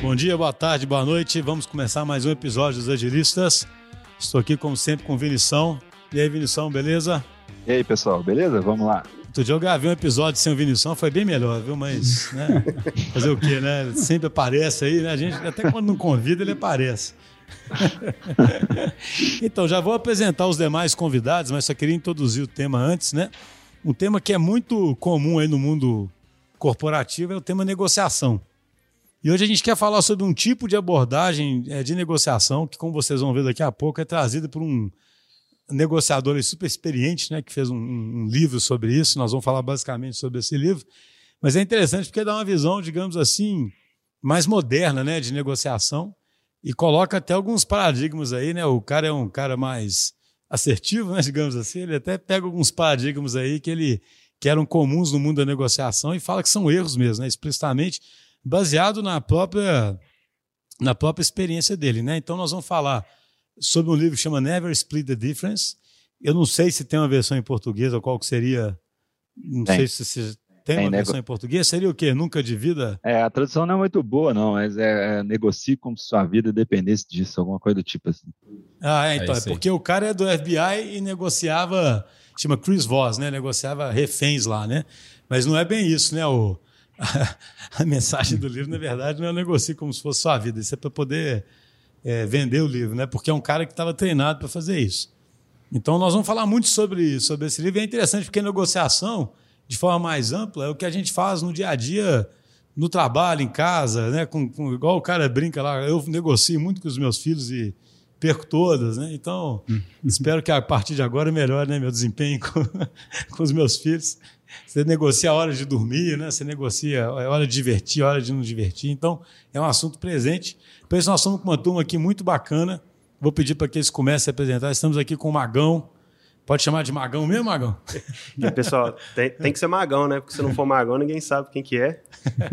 Bom dia, boa tarde, boa noite. Vamos começar mais um episódio dos Agilistas. Estou aqui, como sempre, com o Vinição. E aí, Vinição, beleza? E aí, pessoal, beleza? Vamos lá. Outro dia eu gravei um episódio sem o Vinição, foi bem melhor, viu? Mas, né? Fazer o quê, né? Ele sempre aparece aí, né? A gente, até quando não convida, ele aparece. Então, já vou apresentar os demais convidados, mas só queria introduzir o tema antes, né? Um tema que é muito comum aí no mundo corporativo é o tema negociação. E hoje a gente quer falar sobre um tipo de abordagem de negociação que, como vocês vão ver daqui a pouco, é trazida por um negociador super experiente, né, que fez um livro sobre isso. Nós vamos falar basicamente sobre esse livro. Mas é interessante porque dá uma visão, digamos assim, mais moderna, né, de negociação e coloca até alguns paradigmas aí, né? O cara é um cara mais assertivo, né, digamos assim. Ele até pega alguns paradigmas aí que eram comuns no mundo da negociação e fala que são erros mesmo, né, explicitamente baseado na própria experiência dele, né? Então nós vamos falar sobre um livro que chama Never Split the Difference. Eu não sei se tem uma versão em português ou qual que seria. Não sei se tem uma versão em português. Seria o quê? Nunca divida? A tradução não é muito boa, não, mas negocie como se sua vida dependesse disso, alguma coisa do tipo assim. Então, é porque o cara é do FBI e negociava, chama Chris Voss, né? Negociava reféns lá, né? Mas não é bem isso, né? A mensagem do livro, na verdade, não é negocie como se fosse sua vida. Isso é para poder vender o livro, né? Porque é um cara que estava treinado para fazer isso. Então, nós vamos falar muito sobre esse livro. E é interessante porque negociação, de forma mais ampla, é o que a gente faz no dia a dia, no trabalho, em casa, né? Igual o cara brinca lá, eu negocio muito com os meus filhos e perco todas, né? Então, espero que a partir de agora melhore, né, meu desempenho com os meus filhos. Você negocia a hora de dormir, né? Você negocia a hora de divertir, a hora de não divertir. Então, é um assunto presente. Por isso, nós estamos com uma turma aqui muito bacana. Vou pedir para que eles comecem a apresentar. Estamos aqui com o Magão. Pode chamar de Magão mesmo, Magão? E, pessoal, tem que ser Magão, né? Porque se não for Magão, ninguém sabe quem que é.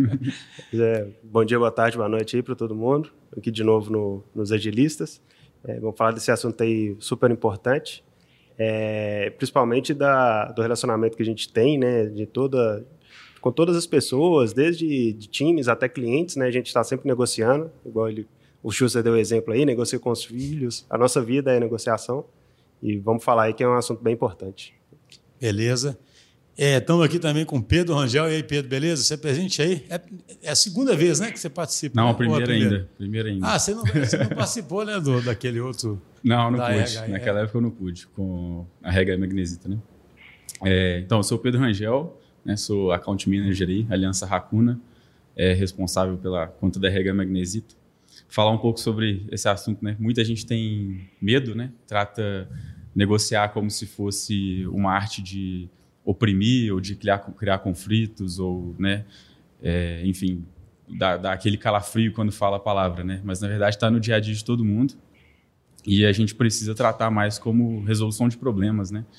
Bom dia, boa tarde, boa noite aí para todo mundo. Aqui de novo nos Agilistas. Vamos falar desse assunto aí super importante. Principalmente do relacionamento que a gente tem, né, com todas as pessoas, desde de times até clientes, né, a gente está sempre negociando, igual o Schuster deu exemplo aí, negocia com os filhos, a nossa vida é negociação, e vamos falar aí que é um assunto bem importante. Beleza. Estamos aqui também com o Pedro Rangel. E aí, Pedro, beleza? Você é presente aí? É a segunda vez, né, que você participa? Não, né? a primeira ainda. Ah, você não participou, né, daquele outro... Não pude. Naquela época eu não pude, com a Rega Magnesita, né? Então, eu sou o Pedro Rangel, né, sou Account Manager aí, Aliança Racuna, responsável pela conta da Rega Magnesita. Falar um pouco sobre esse assunto, né? Muita gente tem medo, né? Trata negociar como se fosse uma arte de oprimir ou de criar conflitos ou, né? Enfim, dar aquele calafrio quando fala a palavra, né? Mas, na verdade, está no dia a dia de todo mundo. E a gente precisa tratar mais como resolução de problemas, né?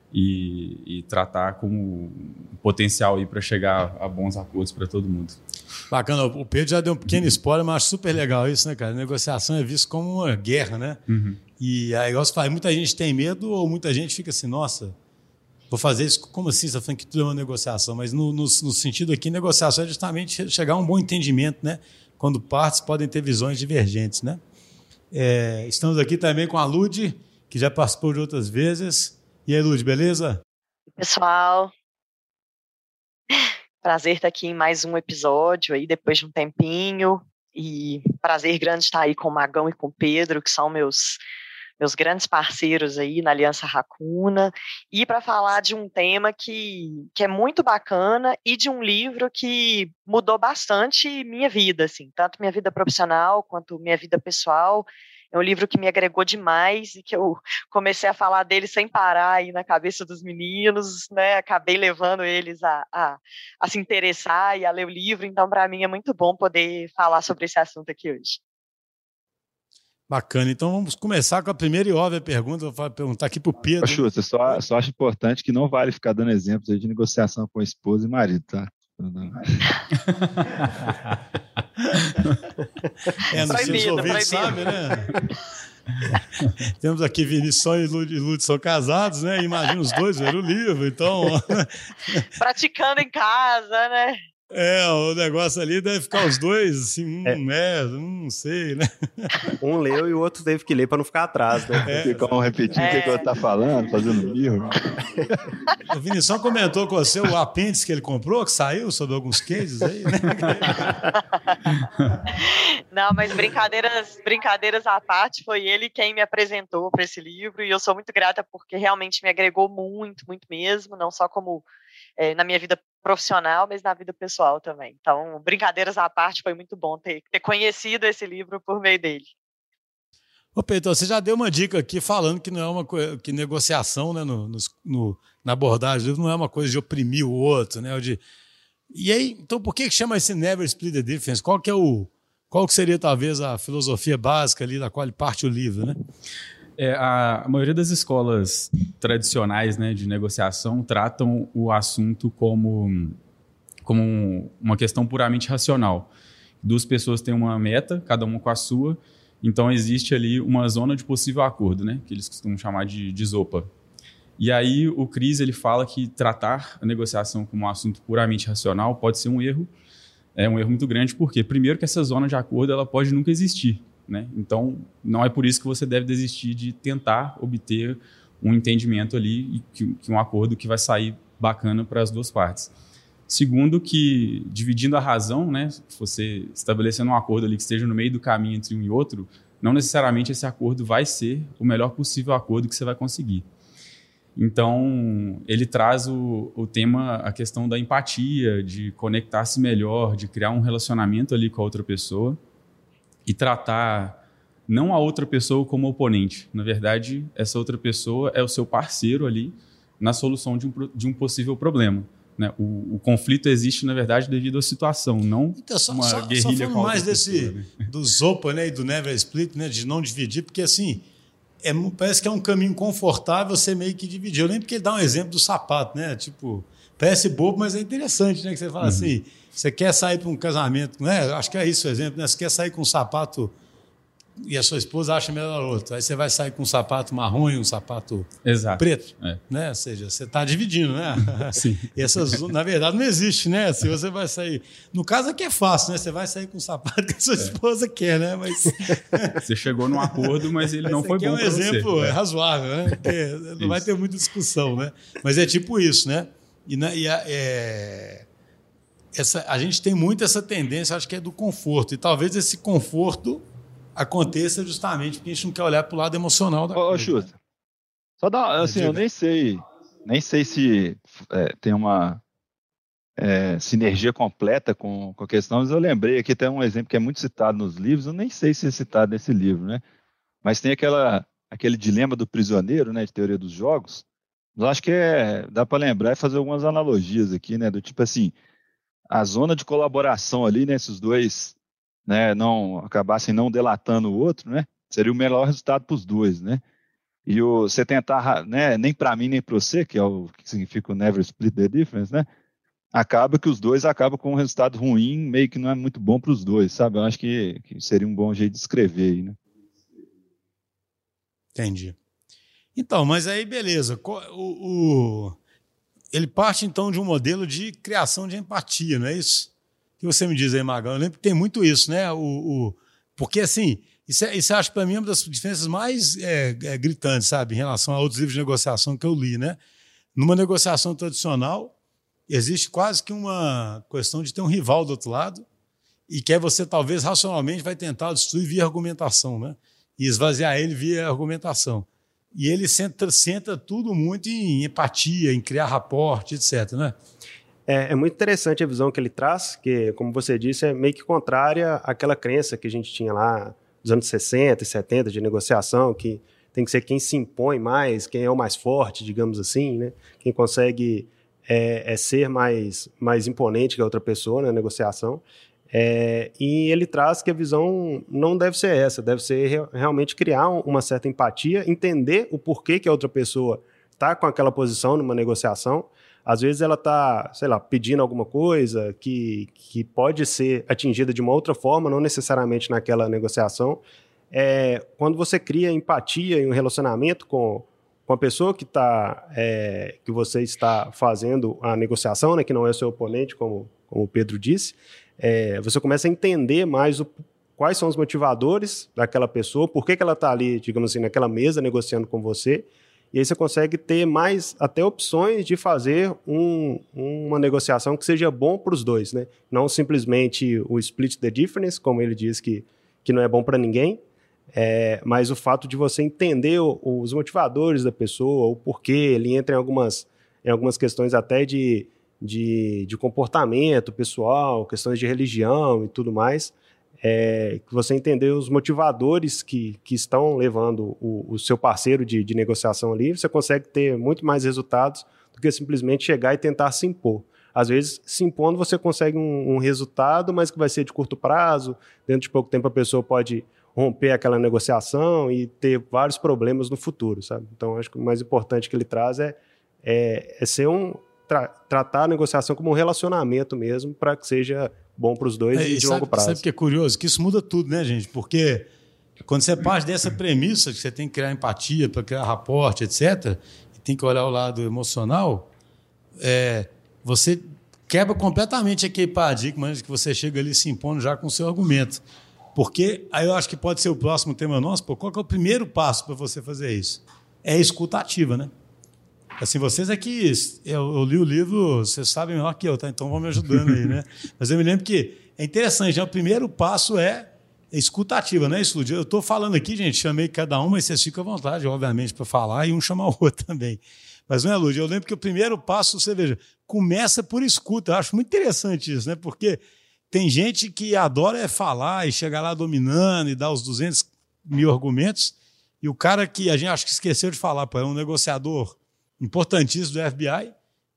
E tratar como um potencial aí para chegar a bons acordos para todo mundo. Bacana. O Pedro já deu um pequeno spoiler, mas acho super legal isso, né, cara? A negociação é visto como uma guerra, né? Uhum. E aí, igual você fala, muita gente tem medo ou muita gente fica assim, nossa, vou fazer isso, como assim? Você está falando que tudo é uma negociação? Mas no sentido aqui, negociação é justamente chegar a um bom entendimento, né? Quando partes podem ter visões divergentes, né? Estamos aqui também com a Lud, que já participou de outras vezes. E aí, Lud, beleza? Pessoal, prazer estar aqui em mais um episódio aí, depois de um tempinho. E prazer grande estar aí com o Magão e com o Pedro, que são meus grandes parceiros aí na Aliança Racuna, e para falar de um tema que é muito bacana e de um livro que mudou bastante minha vida, assim, tanto minha vida profissional quanto minha vida pessoal. É um livro que me agregou demais e que eu comecei a falar dele sem parar aí na cabeça dos meninos, né? Acabei levando eles a se interessar e a ler o livro, então para mim é muito bom poder falar sobre esse assunto aqui hoje. Bacana, então vamos começar com a primeira e óbvia pergunta. Eu vou perguntar aqui para o Pedro. Schuster, só acho importante que não vale ficar dando exemplos aí de negociação com esposa e marido, tá? Os ouvintes sabem, né? Temos aqui Vinição e Lud são casados, né? Imagina os dois ver o livro, então... Praticando em casa, né? O negócio ali deve ficar os dois, assim, não sei, né? Um leu e o outro teve que ler para não ficar atrás, né? Ficar repetindo o que o outro tá falando, fazendo mirro. O Vinição comentou com você o apêndice que ele comprou, que saiu sobre alguns cases aí, né? Não, mas brincadeiras à parte, foi ele quem me apresentou para esse livro, e eu sou muito grata porque realmente me agregou muito, muito mesmo, não só como na minha vida profissional, mas na vida pessoal também. Então, brincadeiras à parte, foi muito bom ter conhecido esse livro por meio dele. Ô, Pedro, você já deu uma dica aqui falando que não é uma coisa, que negociação, né, na abordagem do livro não é uma coisa de oprimir o outro, né? E aí, então por que chama esse Never Split the Difference? Qual que seria talvez a filosofia básica ali da qual ele parte o livro, né? A maioria das escolas tradicionais, né, de negociação tratam o assunto como uma questão puramente racional. Duas pessoas têm uma meta, cada uma com a sua, então existe ali uma zona de possível acordo, né, que eles costumam chamar de ZOPA. E aí o Chris ele fala que tratar a negociação como um assunto puramente racional pode ser um erro muito grande, porque primeiro que essa zona de acordo ela pode nunca existir. Né? Então, não é por isso que você deve desistir de tentar obter um entendimento ali e que um acordo que vai sair bacana para as duas partes. Segundo, que dividindo a razão, né, você estabelecendo um acordo ali que esteja no meio do caminho entre um e outro, não necessariamente esse acordo vai ser o melhor possível acordo que você vai conseguir. Então, ele traz o tema, a questão da empatia, de conectar-se melhor, de criar um relacionamento ali com a outra pessoa, e tratar não a outra pessoa como oponente. Na verdade, essa outra pessoa é o seu parceiro ali na solução de um possível problema. Né? O conflito existe, na verdade, devido à situação, não então, uma guerrilha com a outra mais pessoa, né? do ZOPA, né, e do Never Split, né, de não dividir, porque assim, parece que é um caminho confortável você meio que dividir. Eu lembro que ele dá um exemplo do sapato, né? Tipo, parece bobo, mas é interessante, né? Que você fala assim, você quer sair para um casamento, né? Acho que é isso o exemplo, né? Você quer sair com um sapato e a sua esposa acha melhor outro. Aí você vai sair com um sapato marrom e um sapato preto, né? Ou seja, você está dividindo, né? Sim. E na verdade, não existe, né? Se você vai sair... No caso aqui é fácil, né? Você vai sair com um sapato que a sua esposa quer, né? Mas... Você chegou num acordo, mas ele não foi bom para você. É um exemplo razoável, né? Porque não vai ter muita discussão, né? Mas é tipo isso, né? A gente tem muito essa tendência, acho que é do conforto. E talvez esse conforto aconteça justamente porque a gente não quer olhar para o lado emocional da coisa. Ô, Schuster, só dá, assim, eu nem sei se tem uma sinergia completa com a questão, mas eu lembrei aqui até um exemplo que é muito citado nos livros, eu nem sei se é citado nesse livro, né? Mas tem aquele dilema do prisioneiro, né, de teoria dos jogos. Eu acho que dá para lembrar e fazer algumas analogias aqui, né, do tipo assim, a zona de colaboração ali, né, se os dois, né, não acabassem não delatando o outro, né, seria o melhor resultado para os dois, né, e você tentar, né, nem para mim nem para você, que é o que significa o never split the difference, né, acaba que os dois acabam com um resultado ruim, meio que não é muito bom para os dois, sabe, eu acho que seria um bom jeito de escrever aí, né. Entendi. Então, mas aí beleza, ele parte então de um modelo de criação de empatia, não é isso? O que você me diz aí, Magal? Eu lembro que tem muito isso, né? Porque assim, isso acho para mim uma das diferenças mais gritantes, sabe, em relação a outros livros de negociação que eu li, né? Numa negociação tradicional, existe quase que uma questão de ter um rival do outro lado e que você talvez racionalmente vai tentar destruir via argumentação, né? E esvaziar ele via argumentação. E ele centra tudo muito em empatia, em criar raporte, etc. Né? É muito interessante a visão que ele traz, que, como você disse, é meio que contrária àquela crença que a gente tinha lá nos anos 60 e 70 de negociação, que tem que ser quem se impõe mais, quem é o mais forte, digamos assim, né? Quem consegue ser mais imponente que a outra pessoa na negociação. E ele traz que a visão não deve ser essa, deve ser realmente criar uma certa empatia, entender o porquê que a outra pessoa está com aquela posição numa negociação. Às vezes ela está, sei lá, pedindo alguma coisa que pode ser atingida de uma outra forma, não necessariamente naquela negociação. Quando você cria empatia em um relacionamento com a pessoa que você está fazendo a negociação, né, que não é o seu oponente, como como o Pedro disse, você começa a entender mais quais são os motivadores daquela pessoa, por que ela está ali, digamos assim, naquela mesa negociando com você, e aí você consegue ter mais até opções de fazer uma negociação que seja bom para os dois, né? Não simplesmente o split the difference, como ele diz que não é bom para ninguém, mas o fato de você entender os motivadores da pessoa, o porquê, ele entra em algumas questões até de comportamento pessoal, questões de religião e tudo mais, que você entender os motivadores que estão levando o seu parceiro de negociação ali, você consegue ter muito mais resultados do que simplesmente chegar e tentar se impor. Às vezes, se impondo, você consegue um resultado, mas que vai ser de curto prazo, dentro de pouco tempo a pessoa pode romper aquela negociação e ter vários problemas no futuro, sabe? Então, acho que o mais importante que ele traz é ser tratar a negociação como um relacionamento mesmo, para que seja bom para os dois e de longo prazo. Sabe o que é curioso? Que isso muda tudo, né, gente? Porque quando você parte dessa premissa que você tem que criar empatia para criar raporte, etc., e tem que olhar o lado emocional, você quebra completamente aquele paradigma que você chega ali se impondo já com o seu argumento. Porque aí eu acho que pode ser o próximo tema nosso. Qual que é o primeiro passo para você fazer isso? É a escuta ativa, né? Assim, vocês aqui, eu li o livro, vocês sabem melhor que eu, tá? Então vão me ajudando aí, né? Mas eu me lembro que é interessante, né? O primeiro passo é escuta ativa, né, Slude? Eu estou falando aqui, gente, chamei cada um, mas vocês ficam à vontade, obviamente, para falar, e um chama o outro também. Mas não é, Lud? Eu lembro que o primeiro passo, você veja, começa por escuta. Eu acho muito interessante isso, né? Porque tem gente que adora falar e chegar lá dominando e dar os 200 mil argumentos, e o cara que a gente acho que esqueceu de falar, é um negociador importantíssimo do FBI,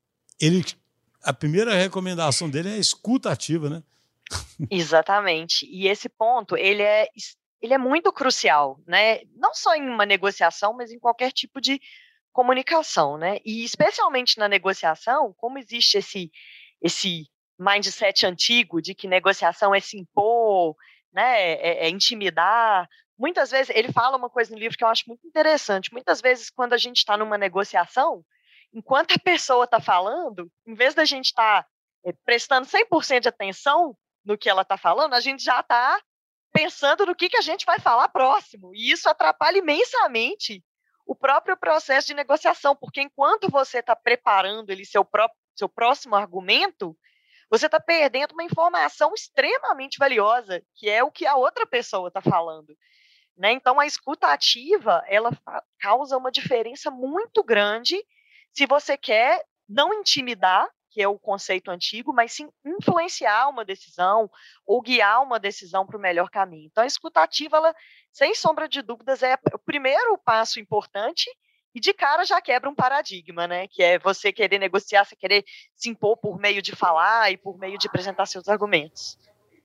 a primeira recomendação dele é a escuta ativa, né? Exatamente. E esse ponto, ele é muito crucial, né? Não só em uma negociação, mas em qualquer tipo de comunicação, né? E especialmente na negociação, como existe esse mindset antigo de que negociação é se impor, né? É intimidar. Muitas vezes, ele fala uma coisa no livro que eu acho muito interessante. Muitas vezes, quando a gente está numa negociação, enquanto a pessoa está falando, em vez da gente estar prestando 100% de atenção no que ela está falando, a gente já está pensando no que a gente vai falar próximo. E isso atrapalha imensamente o próprio processo de negociação, porque enquanto você está preparando ele, seu próximo argumento, você está perdendo uma informação extremamente valiosa, que é o que a outra pessoa está falando. Né? Então, a escuta ativa, ela causa uma diferença muito grande se você quer não intimidar, que é o conceito antigo, mas sim influenciar uma decisão ou guiar uma decisão para o melhor caminho. Então, a escuta ativa, ela, sem sombra de dúvidas, é o primeiro passo importante e de cara já quebra um paradigma, né? Que é você querer negociar, você querer se impor por meio de falar e por meio de apresentar seus argumentos.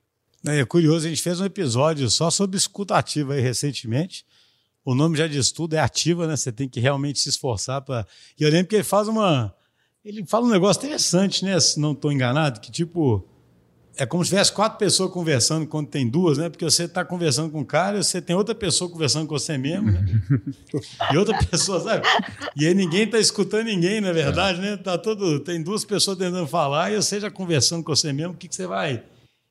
É curioso, a gente fez um episódio só sobre escuta ativa aí recentemente. O nome já diz tudo, é ativa, né? Você tem que realmente se esforçar para... E eu lembro que ele fala um negócio interessante, né? Se não estou enganado, que tipo... É como se tivesse 4 pessoas conversando quando tem 2, né? Porque você está conversando com um cara e você tem outra pessoa conversando com você mesmo, né? E outra pessoa, sabe? E aí ninguém está escutando ninguém, na verdade, né? Tem 2 pessoas tentando falar e você já conversando com você mesmo, o que você vai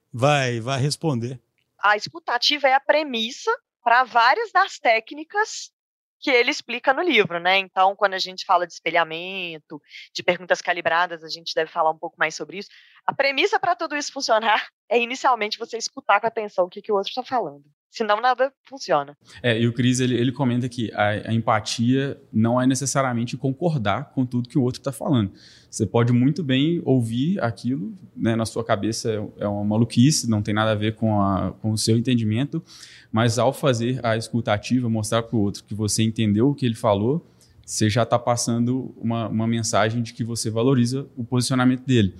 responder? A escuta ativa é a premissa para várias das técnicas que ele explica no livro, né? Então, quando a gente fala de espelhamento, de perguntas calibradas, a gente deve falar um pouco mais sobre isso. A premissa para tudo isso funcionar é inicialmente você escutar com atenção o que o outro está falando. Senão nada funciona. E o Cris, ele comenta que a empatia não é necessariamente concordar com tudo que o outro está falando. Você pode muito bem ouvir aquilo, né, na sua cabeça é uma maluquice, não tem nada a ver com o seu entendimento, mas ao fazer a escuta ativa, mostrar para o outro que você entendeu o que ele falou, você já está passando uma mensagem de que você valoriza o posicionamento dele.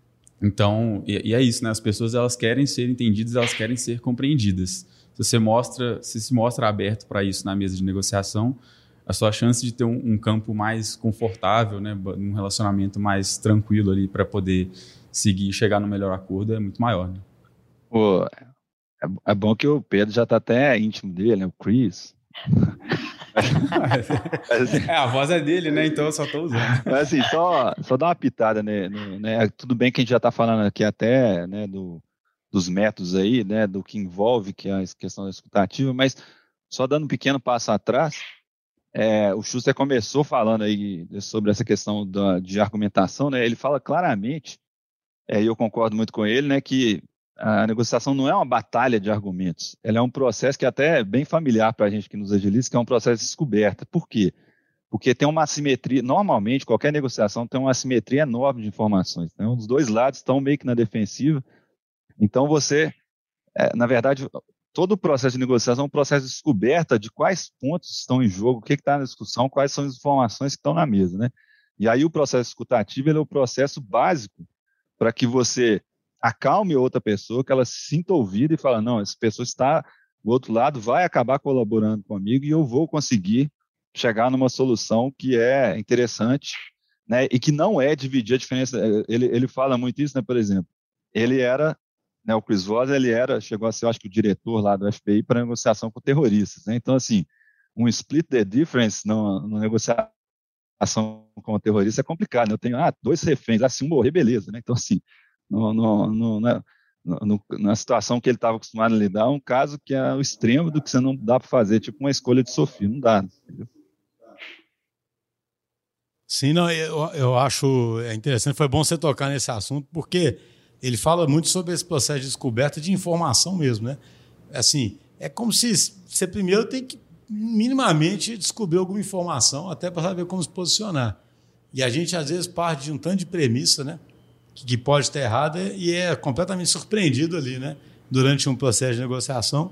Então, e é isso, né? As pessoas elas querem ser entendidas, elas querem ser compreendidas. Se você se mostra aberto para isso na mesa de negociação, a sua chance de ter um campo mais confortável, né, um relacionamento mais tranquilo ali para poder seguir e chegar no melhor acordo é muito maior. Né? Pô, é bom que o Pedro já está até íntimo dele, né, o Chris. A voz é dele, né? Então eu só estou usando. Mas assim, só dar uma pitada, né? Tudo bem que a gente já está falando aqui até, né, dos métodos aí, né, do que envolve, que é a questão da escutativa, mas só dando um pequeno passo atrás, o Schuster começou falando aí sobre essa questão de argumentação, né? Ele fala claramente, e eu concordo muito com ele, né, que a negociação não é uma batalha de argumentos, ela é um processo que até é bem familiar para a gente que nos agiliza, que é um processo de descoberta. Por quê? Porque tem uma assimetria, normalmente qualquer negociação tem uma assimetria enorme de informações, né? Os dois lados estão meio que na defensiva, então você, na verdade, todo o processo de negociação é um processo de descoberta de quais pontos estão em jogo, o que está na discussão, quais são as informações que estão na mesa, né? E aí o processo escutativo ele é o processo básico para que você acalme outra pessoa, que ela se sinta ouvida e fala, não, essa pessoa está do outro lado, vai acabar colaborando comigo e eu vou conseguir chegar numa solução que é interessante, né, e que não é dividir a diferença. Ele fala muito isso, né, por exemplo, ele era, né, o Chris Voss, chegou a ser, eu acho que o diretor lá do FBI para negociação com terroristas, né? Então, assim, um split the difference na negociação com o terrorista é complicado, né? Eu tenho 2 reféns, se um morrer, beleza, né? Então, assim, na situação que ele estava acostumado a lidar, é um caso que é o extremo do que você não dá para fazer, tipo uma escolha de Sofia, não dá, entendeu? Sim, não, eu acho interessante, foi bom você tocar nesse assunto, porque ele fala muito sobre esse processo de descoberta de informação mesmo, né? Assim, é como se você primeiro tem que minimamente descobrir alguma informação, até para saber como se posicionar. E a gente, às vezes, parte de um tanto de premissa, né, que pode estar errada e é completamente surpreendido ali, né, durante um processo de negociação,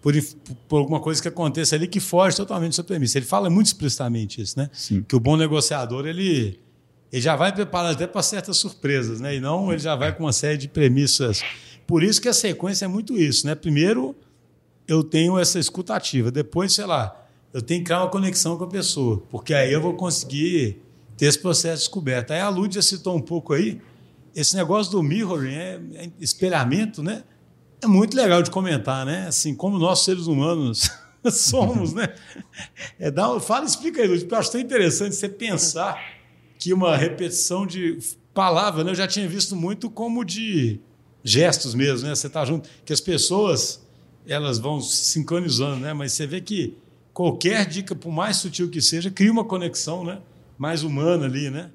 por alguma coisa que aconteça ali que foge totalmente dessa premissa. Ele fala muito explicitamente isso, né? Sim. Que o bom negociador, ele já vai preparado até para certas surpresas, né? E não ele já vai com uma série de premissas. Por isso que a sequência é muito isso, né? Primeiro, eu tenho essa escutativa. Depois, sei lá, eu tenho que criar uma conexão com a pessoa, porque aí eu vou conseguir ter esse processo de descoberta. Aí a Lúdia citou um pouco aí, esse negócio do mirroring, espelhamento, né? É muito legal de comentar, né? Assim, como nós, seres humanos, somos, né? Explica aí, Lúdia, porque eu acho tão interessante você pensar que uma repetição de palavra, né? Eu já tinha visto muito como de gestos mesmo, né? Você está junto, que as pessoas, elas vão se sincronizando, né? Mas você vê que qualquer dica, por mais sutil que seja, cria uma conexão, né, mais humana ali, né?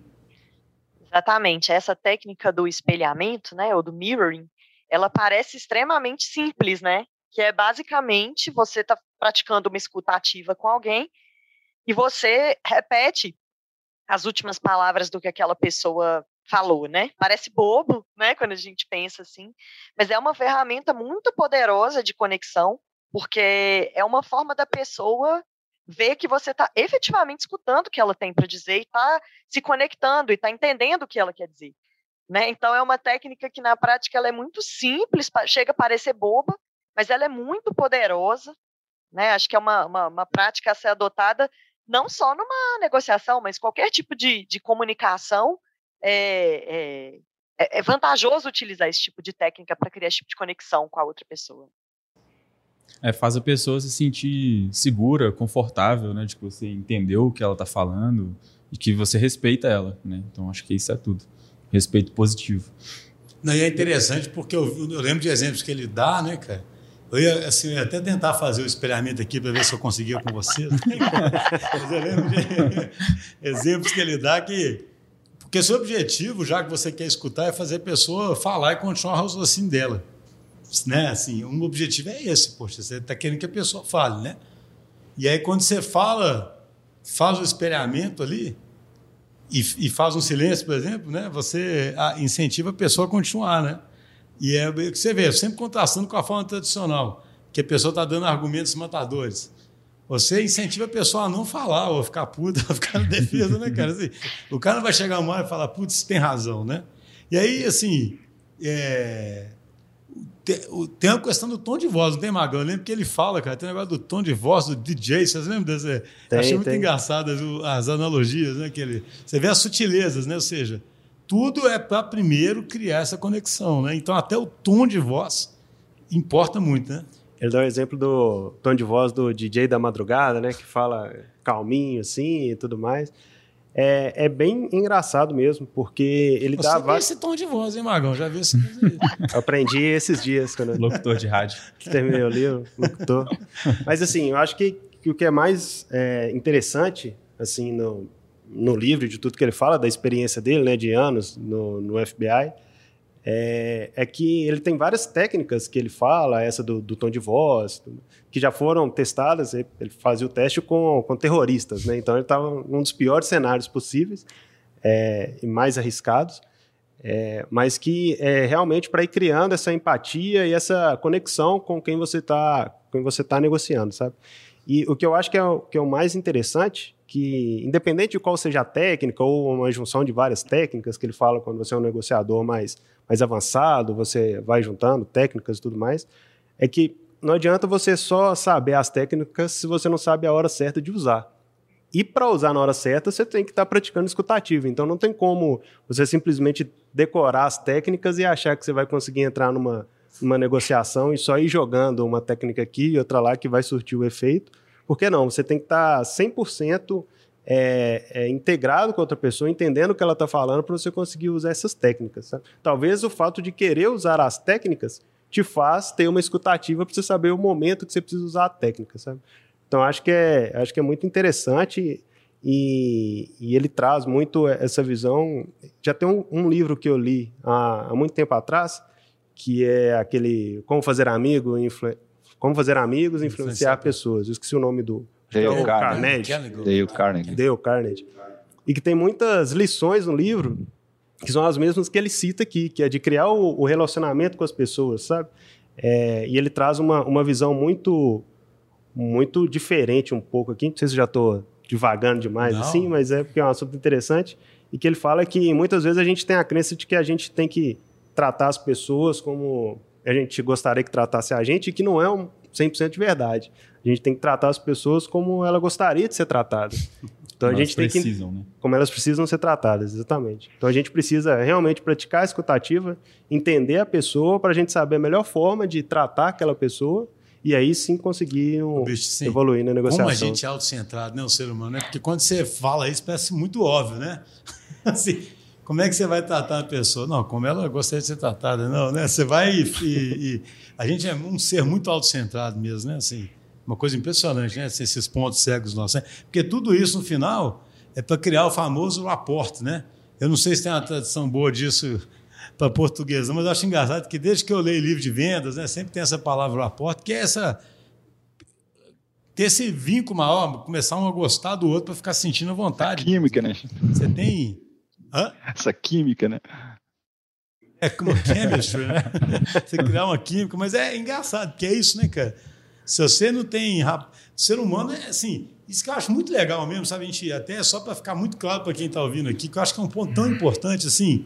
Exatamente. Essa técnica do espelhamento, né, ou do mirroring, ela parece extremamente simples, né? Que é basicamente você está praticando uma escuta ativa com alguém e você repete as últimas palavras do que aquela pessoa falou, né? Parece bobo, né, quando a gente pensa assim, mas é uma ferramenta muito poderosa de conexão, porque é uma forma da pessoa ver que você está efetivamente escutando o que ela tem para dizer e está se conectando e está entendendo o que ela quer dizer, né? Então é uma técnica que na prática ela é muito simples, chega a parecer boba, mas ela é muito poderosa, né? Acho que é uma prática a ser adotada não só numa negociação, mas qualquer tipo de comunicação. É vantajoso utilizar esse tipo de técnica para criar esse tipo de conexão com a outra pessoa. Faz a pessoa se sentir segura, confortável, né, de que você entendeu o que ela está falando e que você respeita ela, né? Então acho que isso é tudo. Respeito positivo. Não, e é interessante porque eu lembro de exemplos que ele dá, né, cara? Eu ia até tentar fazer o espelhamento aqui para ver se eu conseguia com vocês. Mas eu lembro de exemplos que ele dá porque seu objetivo, já que você quer escutar, é fazer a pessoa falar e continuar o raciocínio dela. Né? Assim, um objetivo é esse, poxa, você está querendo que a pessoa fale, né? E aí quando você faz o espelhamento ali e faz um silêncio, por exemplo, né? Você incentiva a pessoa a continuar, né? E é o que você vê, sempre contrastando com a forma tradicional, que a pessoa está dando argumentos matadores. Você incentiva a pessoa a não falar, ou a ficar puta, ou a ficar na defesa, né, cara? Assim, o cara não vai chegar uma hora e falar, putz, tem razão, né? E aí, assim, tem uma questão do tom de voz, não tem, Magão? Eu lembro que ele fala, cara, tem um negócio do tom de voz do DJ, vocês lembram desse? Achei muito engraçado as analogias, né? Você vê as sutilezas, né? Ou seja, tudo é para primeiro criar essa conexão, né? Então, até o tom de voz importa muito, né? Ele dá o exemplo do tom de voz do DJ da madrugada, né? Que fala calminho assim e tudo mais. É bem engraçado mesmo, porque ele dá... Você tem esse tom de voz, hein, Magão? Já vi isso. Eu aprendi esses dias, quando Locutor de rádio. terminei o livro, locutor. Mas, assim, eu acho que o que é mais interessante, assim, no livro, de tudo que ele fala, da experiência dele, né, de anos no FBI, é que ele tem várias técnicas que ele fala, essa do tom de voz, que já foram testadas. Ele fazia o teste com terroristas, né? Então ele estava num dos piores cenários possíveis e mais arriscados, mas que realmente para ir criando essa empatia e essa conexão com quem você está negociando, sabe? E o que eu acho que é o mais interessante, que independente de qual seja a técnica ou uma junção de várias técnicas que ele fala quando você é um negociador mais avançado, você vai juntando técnicas e tudo mais, é que não adianta você só saber as técnicas se você não sabe a hora certa de usar. E para usar na hora certa, você tem que estar praticando escutativa. Então não tem como você simplesmente decorar as técnicas e achar que você vai conseguir entrar numa negociação e só ir jogando uma técnica aqui e outra lá que vai surtir o efeito. Por que não? Você tem que estar 100% integrado com outra pessoa, entendendo o que ela está falando para você conseguir usar essas técnicas. Sabe? Talvez o fato de querer usar as técnicas te faz ter uma escutativa para você saber o momento que você precisa usar a técnica. Sabe? Então, acho que é muito interessante e ele traz muito essa visão. Já tem um livro que eu li há muito tempo atrás, que é aquele Como Fazer Amigos e Influenciar Pessoas. Eu esqueci o nome do... Dale Carnegie. E que tem muitas lições no livro que são as mesmas que ele cita aqui, que é de criar o relacionamento com as pessoas, sabe? E ele traz uma visão muito, muito diferente um pouco aqui. Não sei se já estou divagando demais, assim, mas é porque é um assunto interessante. E que ele fala que muitas vezes a gente tem a crença de que a gente tem que tratar as pessoas como a gente gostaria que tratasse a gente, e que não é 100% de verdade. A gente tem que tratar as pessoas como ela gostaria de ser tratada. Então como a gente tem que... né? Como elas precisam ser tratadas, exatamente. Então a gente precisa realmente praticar a escutativa, entender a pessoa para a gente saber a melhor forma de tratar aquela pessoa e aí sim conseguir evoluir na negociação. Como a gente é autocentrado, né, o ser humano, né? Porque quando você fala isso parece muito óbvio, né? Assim, como é que você vai tratar a pessoa? Não, como ela gostaria de ser tratada, não, né? Você vai e a gente é um ser muito autocentrado mesmo, né? Assim, uma coisa impressionante, né? Esses pontos cegos nossos, né? Porque tudo isso, no final, é para criar o famoso rapport, né? Eu não sei se tem uma tradição boa disso para português, mas eu acho engraçado que desde que eu leio livro de vendas, né, sempre tem essa palavra rapport, que é ter esse vínculo maior, começar um a gostar do outro para ficar sentindo a vontade. Essa química, né? Você tem... Hã? Essa química, né? É como chemistry, né? Você criar uma química, mas é engraçado, porque é isso, né, cara? Se você não tem... O ser humano é assim... Isso que eu acho muito legal mesmo, sabe? A gente, até só para ficar muito claro para quem está ouvindo aqui, que eu acho que é um ponto tão importante, assim...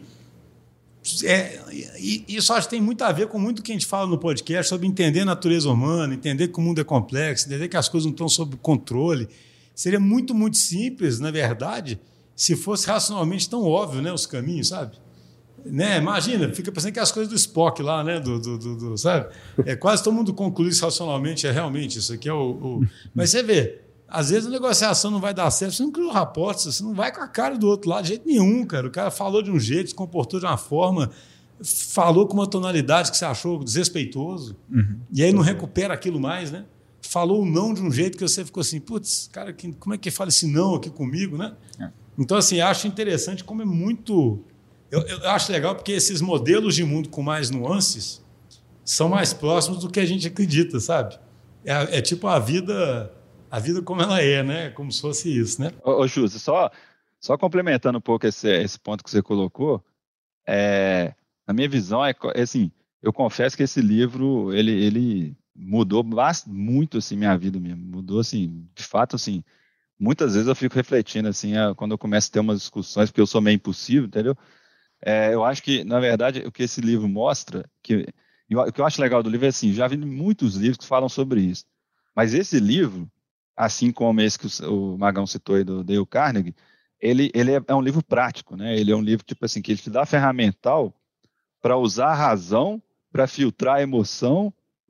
Isso acho que tem muito a ver com muito que a gente fala no podcast sobre entender a natureza humana, entender que o mundo é complexo, entender que as coisas não estão sob controle. Seria muito, muito simples, na verdade, se fosse racionalmente tão óbvio, né, os caminhos, sabe? Né? Imagina, fica pensando que as coisas do Spock lá, né? Sabe? Quase todo mundo conclui isso racionalmente, realmente isso aqui é Mas você vê, às vezes a negociação não vai dar certo, você não criou raportes, você não vai com a cara do outro lado de jeito nenhum, cara. O cara falou de um jeito, se comportou de uma forma, falou com uma tonalidade que você achou desrespeitoso, e aí não recupera aquilo mais, né? Falou o não de um jeito que você ficou assim, putz, cara, como é que fala esse não aqui comigo, né? Então, assim, acho interessante como é muito... Eu acho legal porque esses modelos de mundo com mais nuances são mais próximos do que a gente acredita, sabe? É tipo a vida como ela é, né? Como se fosse isso, né? Ô Ju, só complementando um pouco esse ponto que você colocou, na minha visão, assim, eu confesso que esse livro, ele mudou muito, assim, minha vida mesmo. Mudou, assim, de fato, assim, muitas vezes eu fico refletindo, assim, quando eu começo a ter umas discussões, porque eu sou meio impulsivo, entendeu? Eu acho que, na verdade, o que esse livro mostra, o que eu acho legal do livro é assim, já vi muitos livros que falam sobre isso, mas esse livro, assim como esse que o Magão citou aí do Dale Carnegie, ele é um livro prático, né? Ele é um livro, tipo assim, que ele te dá ferramental para usar a razão, para filtrar a emoção,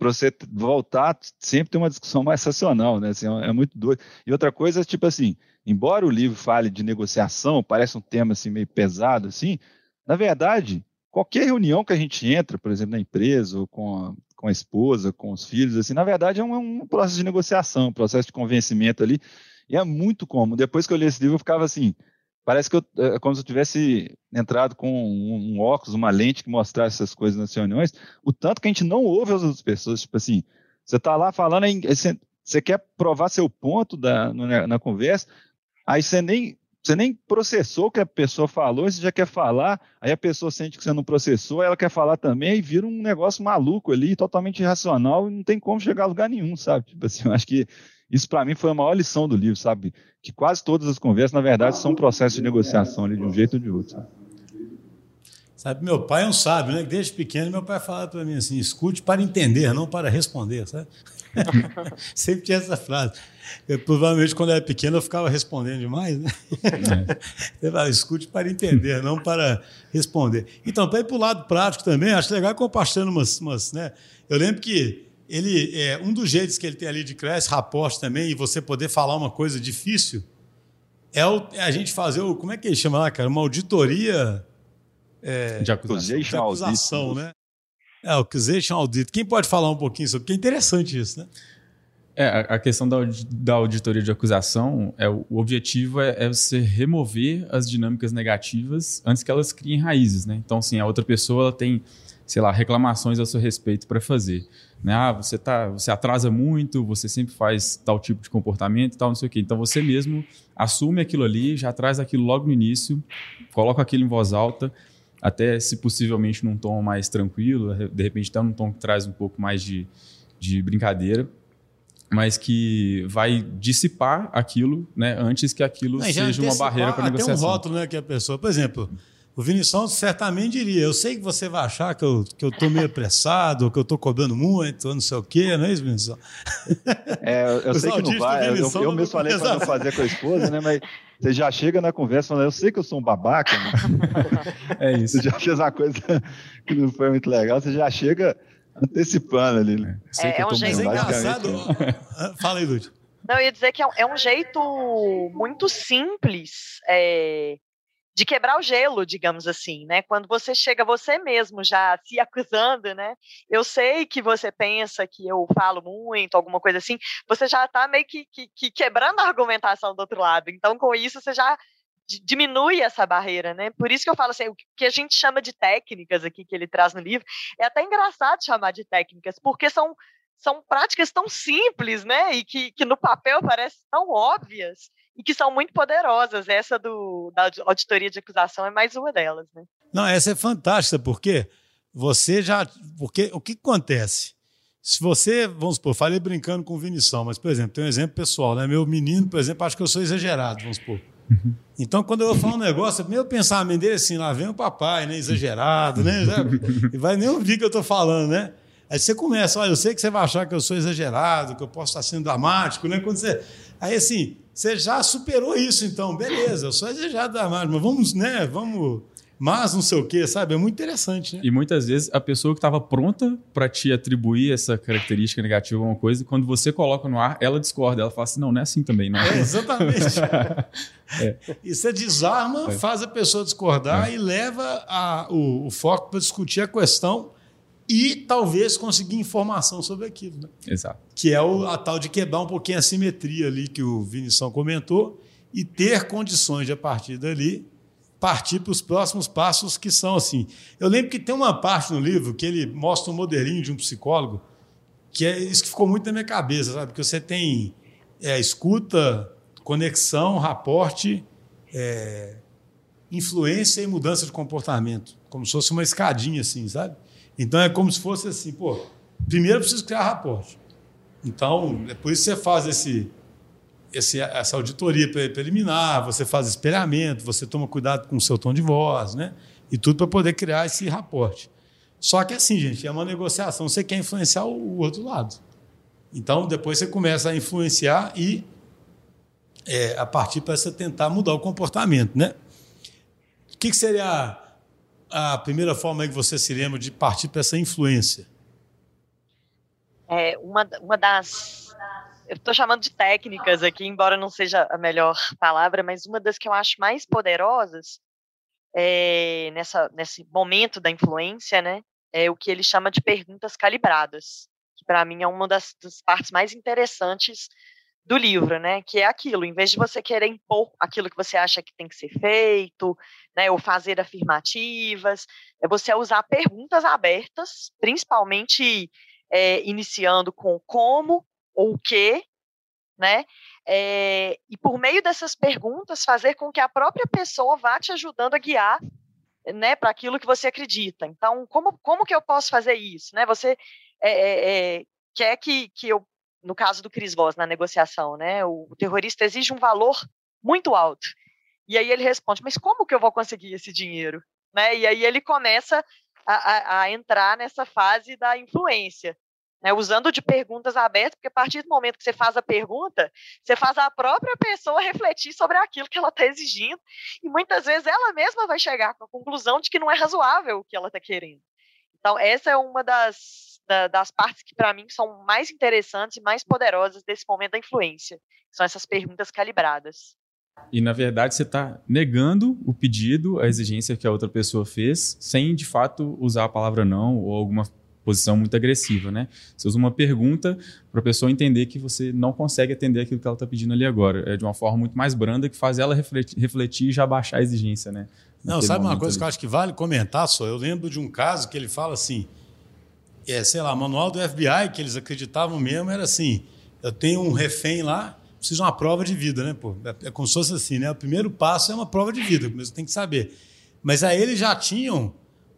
para você voltar, sempre tem uma discussão mais racional, né? Assim, é muito doido. E outra coisa, tipo assim, embora o livro fale de negociação, parece um tema assim, meio pesado, assim, na verdade, qualquer reunião que a gente entra, por exemplo, na empresa, ou com a esposa, com os filhos, assim, na verdade é um processo de negociação, um processo de convencimento ali, e é muito comum. Depois que eu li esse livro, eu ficava assim, parece que é como se eu tivesse entrado com um óculos, uma lente que mostrasse essas coisas nas reuniões, o tanto que a gente não ouve as outras pessoas, tipo assim, você está lá falando, você quer provar seu ponto na conversa, aí você nem processou o que a pessoa falou, você já quer falar, aí a pessoa sente que você não processou, ela quer falar também, e vira um negócio maluco ali, totalmente irracional, e não tem como chegar a lugar nenhum, sabe? Tipo assim, eu acho que isso para mim foi a maior lição do livro, sabe? Que quase todas as conversas, na verdade, são um processo de negociação ali, de um jeito ou de outro, sabe? Sabe, meu pai é um sábio, né? Desde pequeno, meu pai falava para mim assim, escute para entender, não para responder, sabe? Sempre tinha essa frase. Provavelmente, quando eu era pequeno, eu ficava respondendo demais, né? Ele fala, escute para entender, não para responder. Então, para ir para o lado prático também, acho legal compartilhando umas, né? Eu lembro que um dos jeitos que ele tem ali de criar esse rapport também, e você poder falar uma coisa difícil, é a gente fazer como é que ele chama lá, cara? Uma auditoria de acusação, né? O accusation audit. Quem pode falar um pouquinho sobre? Porque é interessante isso, né? A questão da auditoria de acusação, o objetivo é você remover as dinâmicas negativas antes que elas criem raízes, né? Então, assim, a outra pessoa ela tem, sei lá, reclamações a seu respeito para fazer. Né? Você atrasa muito, você sempre faz tal tipo de comportamento e tal, não sei o quê. Então, você mesmo assume aquilo ali, já traz aquilo logo no início, coloca aquilo em voz alta, até se possivelmente num tom mais tranquilo, de repente até num tom que traz um pouco mais de brincadeira, mas que vai dissipar aquilo, né, antes que aquilo seja uma barreira para a negociação. Tem um rótulo, né, que a pessoa... Por exemplo, o Vinição certamente diria, eu sei que você vai achar que eu estou meio apressado, ou que eu estou cobrando muito, ou não sei o quê, não é isso, Vinição? Eu sei que não vai. Eu mesmo falei para não fazer com a esposa, né, mas... Você já chega na conversa falando, eu sei que eu sou um babaca. Né? É isso. Você já fez uma coisa que não foi muito legal, você já chega antecipando ali. Né? É um jeito engraçado. Fala aí, Lúcio. Não, eu ia dizer que é um jeito muito simples de quebrar o gelo, digamos assim, né? Quando você chega você mesmo já se acusando, né? Eu sei que você pensa que eu falo muito, alguma coisa assim, você já está meio que quebrando a argumentação do outro lado. Então, com isso, você já diminui essa barreira, né? Por isso que eu falo assim, o que a gente chama de técnicas aqui, que ele traz no livro, é até engraçado chamar de técnicas, porque são práticas tão simples, né? E que no papel parecem tão óbvias, e que são muito poderosas. Essa da auditoria de acusação é mais uma delas, né? Não, essa é fantástica, porque porque o que acontece? Se você, vamos supor, falei brincando com o Vinição, mas, por exemplo, tem um exemplo pessoal, né? Meu menino, por exemplo, acha que eu sou exagerado, vamos supor. Então, quando eu vou falar um negócio, o meu pensamento dele é assim, lá vem o papai, né? Exagerado, né? E vai nem ouvir o que eu estou falando, né? Aí você começa, olha, eu sei que você vai achar que eu sou exagerado, que eu posso estar sendo dramático, né? Aí, assim, você já superou isso, então, beleza, eu sou exagerado dramático, mas vamos, né? Mas não sei o quê, sabe? É muito interessante, né? E muitas vezes a pessoa que estava pronta para te atribuir essa característica negativa a alguma coisa, quando você coloca no ar, ela discorda. Ela fala assim, não é assim também, não. Exatamente. E você desarma, faz a pessoa discordar e leva o foco para discutir a questão e talvez conseguir informação sobre aquilo, né? Exato. Que é a tal de quebrar um pouquinho a simetria ali que o Vinição comentou e ter condições de, a partir dali, partir para os próximos passos que são assim. Eu lembro que tem uma parte no livro que ele mostra um modelinho de um psicólogo, que é isso que ficou muito na minha cabeça, sabe? Porque você tem escuta, conexão, raporte, influência e mudança de comportamento, como se fosse uma escadinha assim, sabe? Então é como se fosse assim, primeiro eu preciso criar raporte. Então, é por isso que você faz essa auditoria preliminar, você faz espelhamento, você toma cuidado com o seu tom de voz, né? E tudo para poder criar esse raporte. Só que assim, gente, é uma negociação, você quer influenciar o outro lado. Então, depois você começa a influenciar e a partir para você tentar mudar o comportamento, né? O que seria a primeira forma aí que você se lembra de partir para essa influência? uma das... Eu estou chamando de técnicas aqui, embora não seja a melhor palavra, mas uma das que eu acho mais poderosas nesse momento da influência, né, é o que ele chama de perguntas calibradas, que para mim é uma das partes mais interessantes do livro, né, que é aquilo, em vez de você querer impor aquilo que você acha que tem que ser feito, né, ou fazer afirmativas, é você usar perguntas abertas, principalmente iniciando com como ou o que, né, e por meio dessas perguntas fazer com que a própria pessoa vá te ajudando a guiar, né, para aquilo que você acredita. Então, como que eu posso fazer isso, né? Você quer que eu, no caso do Chris Voss, na negociação, né, o terrorista exige um valor muito alto. E aí ele responde, mas como que eu vou conseguir esse dinheiro? Né? E aí ele começa a entrar nessa fase da influência, né, usando de perguntas abertas, porque a partir do momento que você faz a pergunta, você faz a própria pessoa refletir sobre aquilo que ela está exigindo, e muitas vezes ela mesma vai chegar com a conclusão de que não é razoável o que ela está querendo. Então, essa é uma das partes que, para mim, são mais interessantes e mais poderosas desse momento da influência, são essas perguntas calibradas. E, na verdade, você está negando o pedido, a exigência que a outra pessoa fez, sem, de fato, usar a palavra não ou alguma posição muito agressiva, né? Você usa uma pergunta para a pessoa entender que você não consegue atender aquilo que ela está pedindo ali agora. É de uma forma muito mais branda que faz ela refletir e já baixar a exigência, né? Não, sabe uma coisa que eu acho que vale comentar só? Eu lembro de um caso que ele fala assim, sei lá, manual do FBI, que eles acreditavam mesmo, era assim, eu tenho um refém lá, preciso de uma prova de vida, né? Pô, é como se fosse assim, né? O primeiro passo é uma prova de vida, mas tem que saber. Mas aí eles já tinham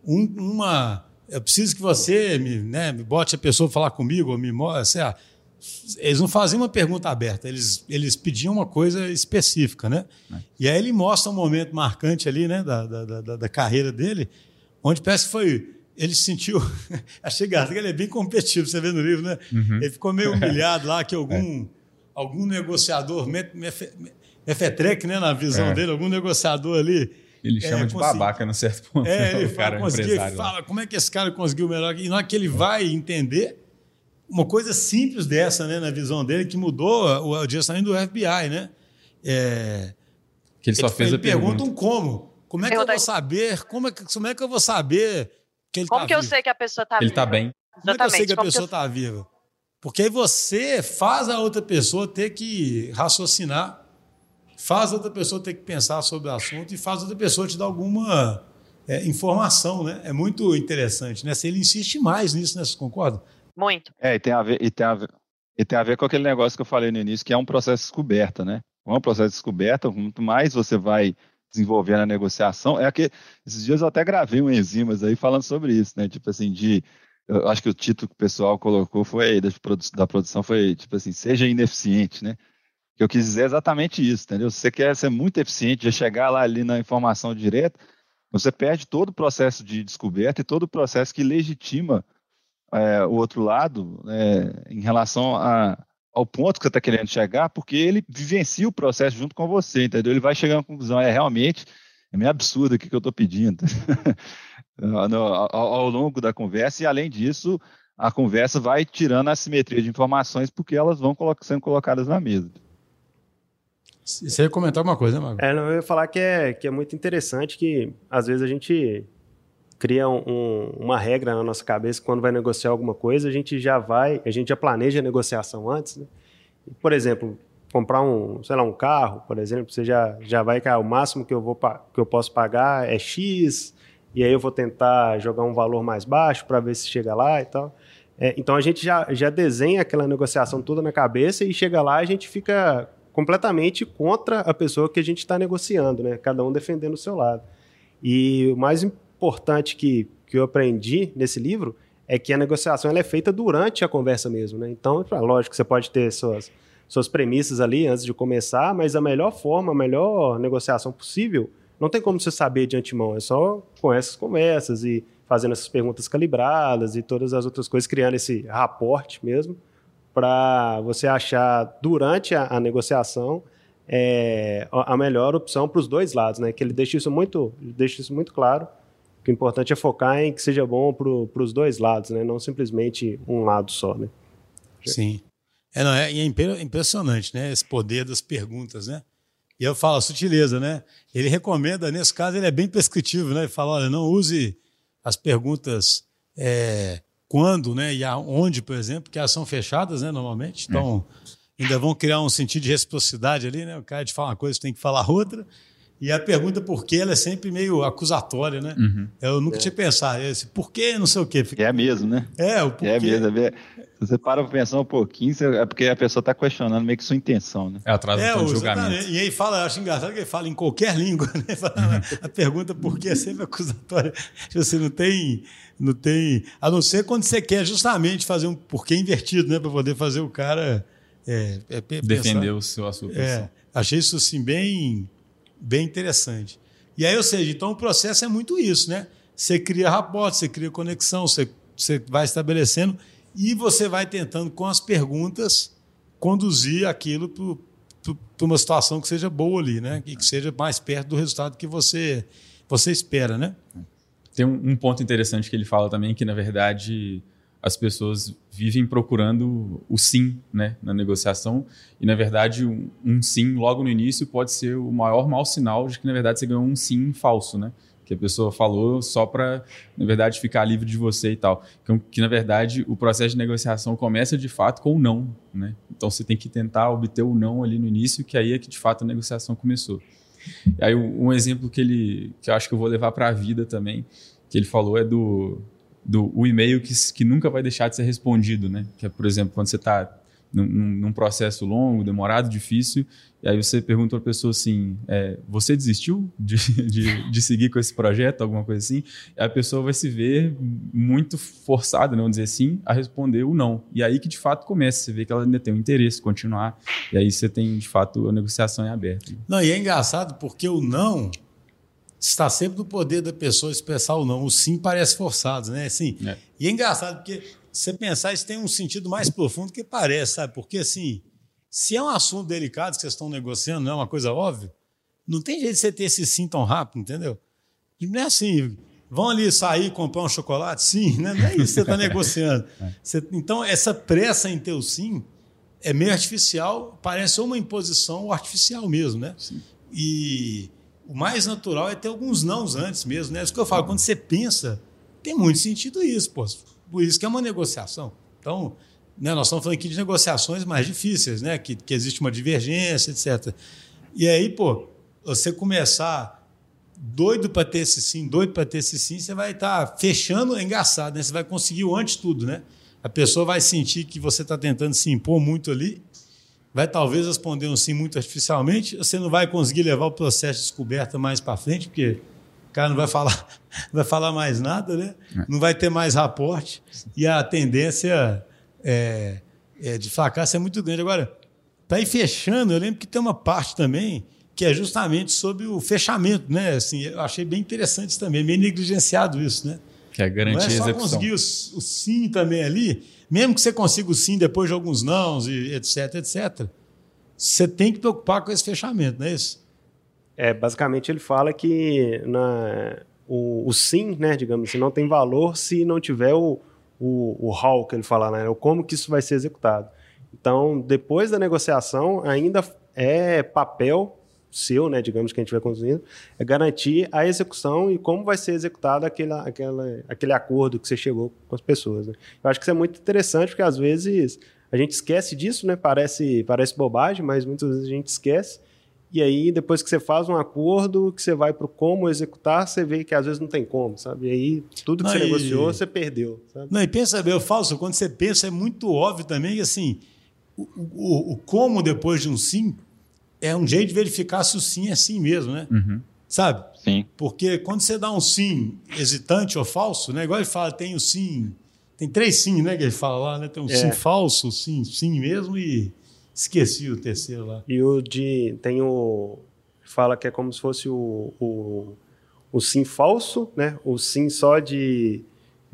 eu preciso que você me bote a pessoa para falar comigo, ou me mostre. Eles não faziam uma pergunta aberta, eles pediam uma coisa específica, né? E aí ele mostra um momento marcante ali, né, da carreira dele, onde parece que foi. Ele sentiu. Achei graça, que ele é bem competitivo, você vê no livro, né? Uhum. Ele ficou meio humilhado lá, que algum negociador, mefetreque, né, na visão dele, algum negociador ali. Ele chama de babaca, no certo ponto. Ele fala como é que esse cara conseguiu o melhor. E na hora que ele vai entender uma coisa simples dessa, né, na visão dele, que mudou o direcionamento do FBI, né? Que ele só fez a pergunta. Perguntam como. Como é que eu vou saber? Como é que eu vou saber que ele está vivo? Como que eu sei que a pessoa está viva? Ele está bem. Como é que eu sei que a pessoa está viva? Porque aí você faz a outra pessoa ter que raciocinar, faz a outra pessoa ter que pensar sobre o assunto e faz a outra pessoa te dar alguma informação, né? É muito interessante, né? Se ele insiste mais nisso, né? Você concorda? Muito. E tem a ver com aquele negócio que eu falei no início, que é um processo de descoberta, né? É um processo de descoberta, quanto mais você vai desenvolver na negociação, esses dias eu até gravei um Enzimas aí falando sobre isso, né? Tipo assim, eu acho que o título que o pessoal colocou da produção foi, tipo assim, seja ineficiente, né? Que eu quis dizer exatamente isso, entendeu? Se você quer ser muito eficiente, já chegar lá ali na informação direta, você perde todo o processo de descoberta e todo o processo que legitima o outro lado em relação ao ponto que você está querendo chegar, porque ele vivencia o processo junto com você, entendeu? Ele vai chegar à conclusão, realmente, é meio absurdo o que eu estou pedindo ao longo da conversa, e além disso, a conversa vai tirando a assimetria de informações porque elas vão sendo colocadas na mesa. Você ia comentar alguma coisa, né, Mago? Eu ia falar que é muito interessante que, às vezes, a gente cria uma regra na nossa cabeça que quando vai negociar alguma coisa, a gente já planeja a negociação antes, né? Por exemplo, comprar um carro, por exemplo, você já vai que o máximo que eu posso pagar é X, e aí eu vou tentar jogar um valor mais baixo para ver se chega lá e tal. Então a gente já desenha aquela negociação toda na cabeça e chega lá e a gente fica completamente contra a pessoa que a gente está negociando, né? Cada um defendendo o seu lado. E o mais importante que eu aprendi nesse livro é que a negociação ela é feita durante a conversa mesmo, né? Então, lógico que você pode ter suas premissas ali antes de começar, mas a melhor negociação possível, não tem como você saber de antemão, é só com essas conversas e fazendo essas perguntas calibradas e todas as outras coisas, criando esse rapport mesmo, para você achar durante a negociação a melhor opção para os dois lados, né? Que ele deixa isso muito claro, que o importante é focar em que seja bom para os dois lados, né? Não simplesmente um lado só, né? Sim. E é impressionante, né? Esse poder das perguntas, né? E eu falo a sutileza, né? Ele recomenda, nesse caso, ele é bem prescritivo, né? Ele fala, olha, não use as perguntas quando, né? E aonde, por exemplo, porque elas são fechadas, né? Normalmente. Então, ainda vão criar um sentido de reciprocidade ali, né? O cara te fala uma coisa, tem que falar outra. E a pergunta por quê, ela é sempre meio acusatória, né? Eu nunca tinha pensado, por quê, não sei o quê. É mesmo, né? O porquê. É mesmo. Se você para pensar um pouquinho, é porque a pessoa está questionando meio que sua intenção, né? Atrás do julgamento. E aí fala, acho engraçado que ele fala em qualquer língua, né? A pergunta por quê é sempre acusatória. Você não tem... A não ser quando você quer justamente fazer um porquê invertido, né? Para poder fazer o cara... defender a sua posição. Achei isso, assim, bem interessante. E aí, ou seja, então o processo é muito isso, né? Você cria rapport, você cria conexão, você vai estabelecendo e você vai tentando, com as perguntas, conduzir aquilo para uma situação que seja boa ali, né? E que seja mais perto do resultado que você espera, né? Tem um ponto interessante que ele fala também, que, na verdade, as pessoas vivem procurando o sim, né, na negociação, e, na verdade, um sim logo no início pode ser o maior mau sinal de que, na verdade, você ganhou um sim falso, né? Que a pessoa falou só para, na verdade, ficar livre de você e tal. Que, na verdade, o processo de negociação começa, de fato, com o não, né? Então, você tem que tentar obter o não ali no início, que aí é que, de fato, a negociação começou. E aí, um exemplo que eu acho que eu vou levar para a vida também, que ele falou é do e-mail que nunca vai deixar de ser respondido, né? Que é, por exemplo, quando você está num processo longo, demorado, difícil, e aí você pergunta para a pessoa assim, você desistiu de seguir com esse projeto, alguma coisa assim? E a pessoa vai se ver muito forçada, vamos dizer assim, a responder o não. E aí que, de fato, começa, você vê que ela ainda tem um interesse em continuar, e aí você tem, de fato, a negociação em aberto. Não, e é engraçado porque o não está sempre no poder da pessoa expressar o não. O sim parece forçado, né? Assim, E é engraçado porque você pensar, isso tem um sentido mais profundo que parece, sabe? Porque, assim, se é um assunto delicado que vocês estão negociando, não é uma coisa óbvia, não tem jeito de você ter esse sim tão rápido, entendeu? Não é assim, vão ali sair comprar um chocolate? Sim, né? Não é isso que você está negociando. Então, essa pressa em ter o sim é meio artificial, parece uma imposição artificial mesmo, né? Sim. E o mais natural é ter alguns nãos antes mesmo, né? É isso que eu falo, quando você pensa, tem muito sentido isso, pô. Por isso que é uma negociação. Então, né, nós estamos falando aqui de negociações mais difíceis, né? Que existe uma divergência, etc. E aí, pô, você começar doido para ter esse sim, você vai estar fechando, é engraçado, né? Você vai conseguir o antes tudo, né? A pessoa vai sentir que você está tentando se impor muito ali, vai talvez responder um sim muito artificialmente, você não vai conseguir levar o processo de descoberta mais para frente, porque o cara não vai falar mais nada, né? Não vai ter mais raporte e a tendência de fracasso é muito grande. Agora, para ir fechando, eu lembro que tem uma parte também que é justamente sobre o fechamento, né? Assim, eu achei bem interessante isso também, meio negligenciado isso, né? Que é garantir a execução. Não é só conseguir o sim também ali, mesmo que você consiga o sim depois de alguns nãos, e etc., você tem que preocupar com esse fechamento, não é isso? Basicamente ele fala que o sim, né, digamos assim, não tem valor se não tiver o how que ele fala, né, o como que isso vai ser executado. Então, depois da negociação, ainda é papel seu, né, digamos que a gente vai conduzindo, é garantir a execução e como vai ser executado aquele acordo que você chegou com as pessoas. Né? Eu acho que isso é muito interessante, porque às vezes a gente esquece disso, né, parece bobagem, mas muitas vezes a gente esquece. E aí, depois que você faz um acordo, que você vai para o como executar, você vê que às vezes não tem como, sabe? E aí, tudo que você negociou, você perdeu, sabe? Não, e pensa bem, eu falo, quando você pensa, é muito óbvio também que, assim, o como depois de um sim é um jeito de verificar se o sim é sim mesmo, né? Uhum. Sabe? Sim. Porque quando você dá um sim hesitante ou falso, né? Igual ele fala, tem o sim... Tem 3 sim, né? Que ele fala lá, né? Tem um sim falso, sim mesmo e... Esqueci o terceiro lá. E fala que é como se fosse o sim falso, né? O sim só de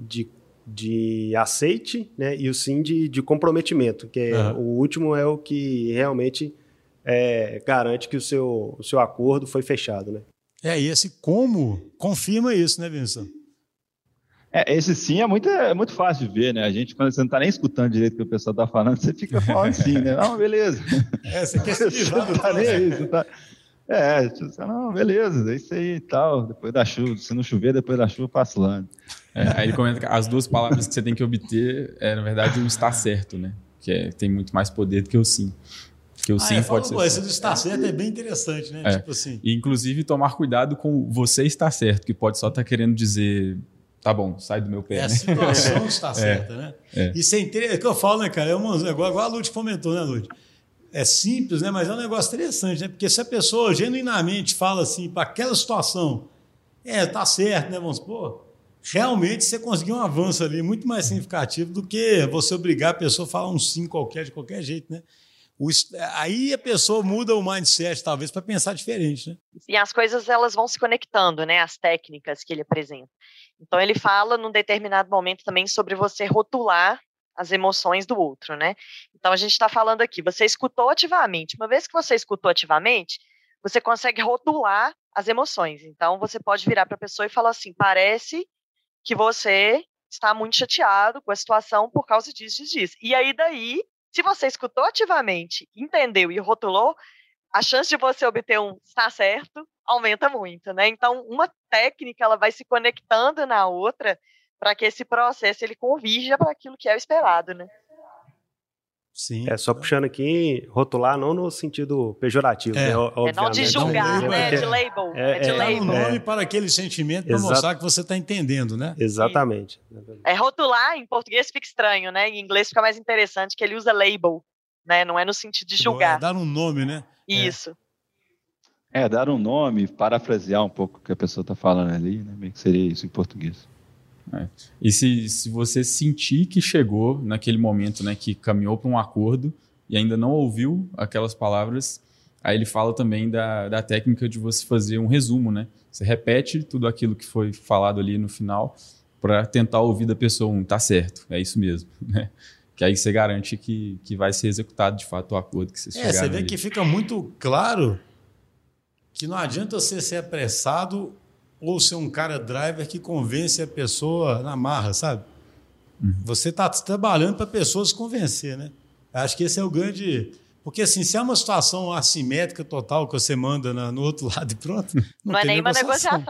aceite, né? E o sim de comprometimento, que o último é o que realmente garante que o seu acordo foi fechado, né? E esse como confirma isso, né, Vinícius? Esse sim é muito fácil de ver, né? A gente, quando você não está nem escutando direito o que o pessoal está falando, você fica falando sim, né? Não, beleza. Você quer se livrar do tá nem aí, você tá... você, não, beleza, é isso aí e tal. Depois da chuva, se não chover, depois da chuva passa lá. Aí ele comenta que as 2 palavras que você tem que obter na verdade, o estar certo, né? Que tem muito mais poder do que o sim. Porque o sim pode ser. Esse do estar certo é bem interessante, né? Tipo assim. E, inclusive, tomar cuidado com você estar certo, que pode só estar querendo dizer, tá bom, sai do meu pé. É a situação que está certa, né? Isso é interessante. É o que eu falo, né, cara? Igual a Lud comentou, né, Lud? É simples, né? Mas é um negócio interessante, né? Porque se a pessoa genuinamente fala assim, para aquela situação, tá certo, né? Vamos supor, realmente você conseguiu um avanço ali muito mais significativo do que você obrigar a pessoa a falar um sim qualquer, de qualquer jeito, né? Aí a pessoa muda o mindset, talvez, para pensar diferente, né? E as coisas, elas vão se conectando, né? As técnicas que ele apresenta. Então, ele fala, num determinado momento, também sobre você rotular as emoções do outro, né? Então, a gente está falando aqui, você escutou ativamente. Uma vez que você escutou ativamente, você consegue rotular as emoções. Então, você pode virar para a pessoa e falar assim, parece que você está muito chateado com a situação por causa disso. E aí, daí, se você escutou ativamente, entendeu e rotulou, a chance de você obter um está certo aumenta muito, né? Então, uma técnica, ela vai se conectando na outra para que esse processo ele convirja para aquilo que é o esperado, né? Sim. Só puxando aqui, rotular não no sentido pejorativo, né? Não de julgar, né? De label. De label. Um nome para aquele sentimento para mostrar que você está entendendo, né? Exatamente. Rotular, em português fica estranho, né? Em inglês fica mais interessante, que ele usa label, né? Não é no sentido de julgar. Dar um nome, né? Isso. Dar um nome, parafrasear um pouco o que a pessoa está falando ali, né? Meio que seria isso em português. E se você sentir que chegou naquele momento, né, que caminhou para um acordo e ainda não ouviu aquelas palavras, aí ele fala também da técnica de você fazer um resumo, né? Você repete tudo aquilo que foi falado ali no final para tentar ouvir da pessoa, tá certo, é isso mesmo, né? Que aí você garante que vai ser executado de fato o acordo que vocês chegaram. Você vê ali. que fica muito claro que não adianta você ser apressado ou ser um cara driver que convence a pessoa na marra, sabe? Você está trabalhando para a pessoa se convencer, né? Acho que esse é o grande... Porque, assim, se é uma situação assimétrica total que você manda no outro lado e pronto, não é tem nenhuma negociação.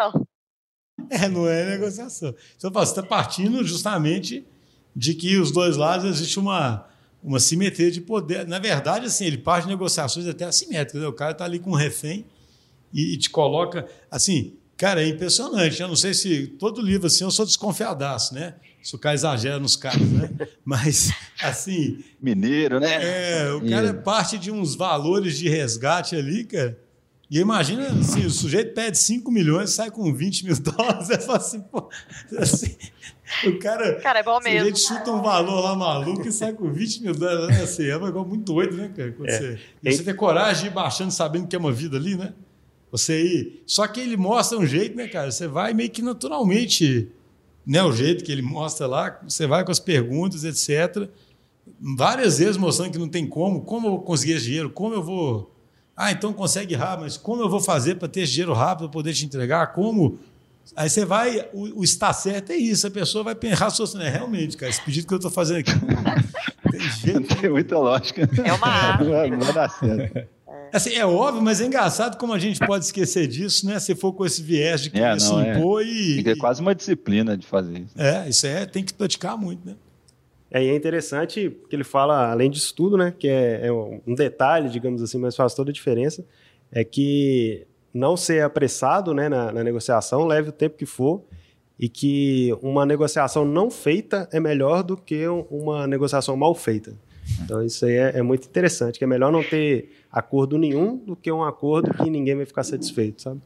Não é negociação. Então, você está partindo justamente de que os dois lados existe uma simetria de poder. Na verdade, assim, ele parte de negociações até assimétricas. Né? O cara está ali com um refém e te coloca... Assim, cara, é impressionante. Eu não sei se todo livro assim eu sou desconfiadaço, né? Se o cara exagera nos caras, né? Mas, assim... Mineiro, né? O cara parte de uns valores de resgate ali, cara. E imagina, assim, o sujeito pede 5 milhões e sai com 20 mil dólares. Você fala assim, pô... Assim, o cara é bom mesmo. A gente chuta um valor lá maluco e sai com 20 mil dólares. Né? Assim, é um negócio muito doido, né, cara? Você ter coragem de ir baixando sabendo que é uma vida ali, né? Você ir... Só que ele mostra um jeito, né, cara? Você vai meio que naturalmente, né? O jeito que ele mostra lá, você vai com as perguntas, etc. Várias vezes mostrando que não tem como eu vou conseguir esse dinheiro, como eu vou... então consegue rápido, mas como eu vou fazer para ter esse dinheiro rápido, para poder te entregar? Como... Aí você vai... O estar certo é isso, a pessoa vai raciocinar. Realmente, cara, esse pedido que eu estou fazendo aqui tem jeito. Não tem muita lógica. É uma arte. Não vai dar certo. Assim, é óbvio, mas é engraçado como a gente pode esquecer disso, né? Se for com esse viés de querer se impor e... É quase uma disciplina de fazer isso. Isso tem que praticar muito, né? E é interessante que ele fala, além disso tudo, né? Que é um detalhe, digamos assim, mas faz toda a diferença, é que não ser apressado, né, na negociação, leve o tempo que for, e que uma negociação não feita é melhor do que uma negociação mal feita. Então isso aí é muito interessante, que é melhor não ter acordo nenhum do que um acordo que ninguém vai ficar satisfeito, sabe?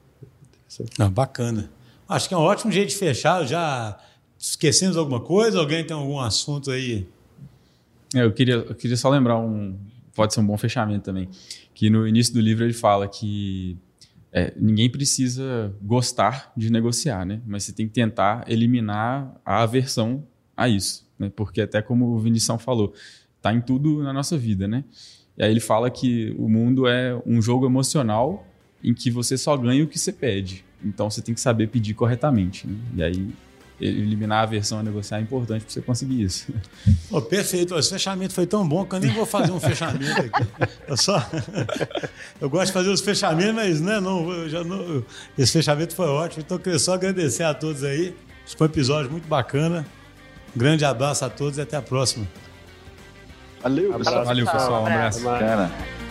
Bacana. Acho que é um ótimo jeito de fechar. Já esquecemos alguma coisa? Alguém tem algum assunto aí? Eu queria só lembrar pode ser um bom fechamento também, que no início do livro ele fala que ninguém precisa gostar de negociar, né? Mas você tem que tentar eliminar a aversão a isso, né? Porque até como o Vinição falou, está em tudo na nossa vida, né? E aí ele fala que o mundo é um jogo emocional em que você só ganha o que você pede. Então você tem que saber pedir corretamente, né? E aí eliminar a aversão a negociar é importante para você conseguir isso. Oh, perfeito. Esse fechamento foi tão bom que eu nem vou fazer um fechamento aqui. Eu gosto de fazer os fechamentos, mas né, esse fechamento foi ótimo. Então, eu queria só agradecer a todos aí. Foi um episódio muito bacana. Um grande abraço a todos e até a próxima. Valeu, pessoal. Valeu, pessoal. Um abraço. Cara.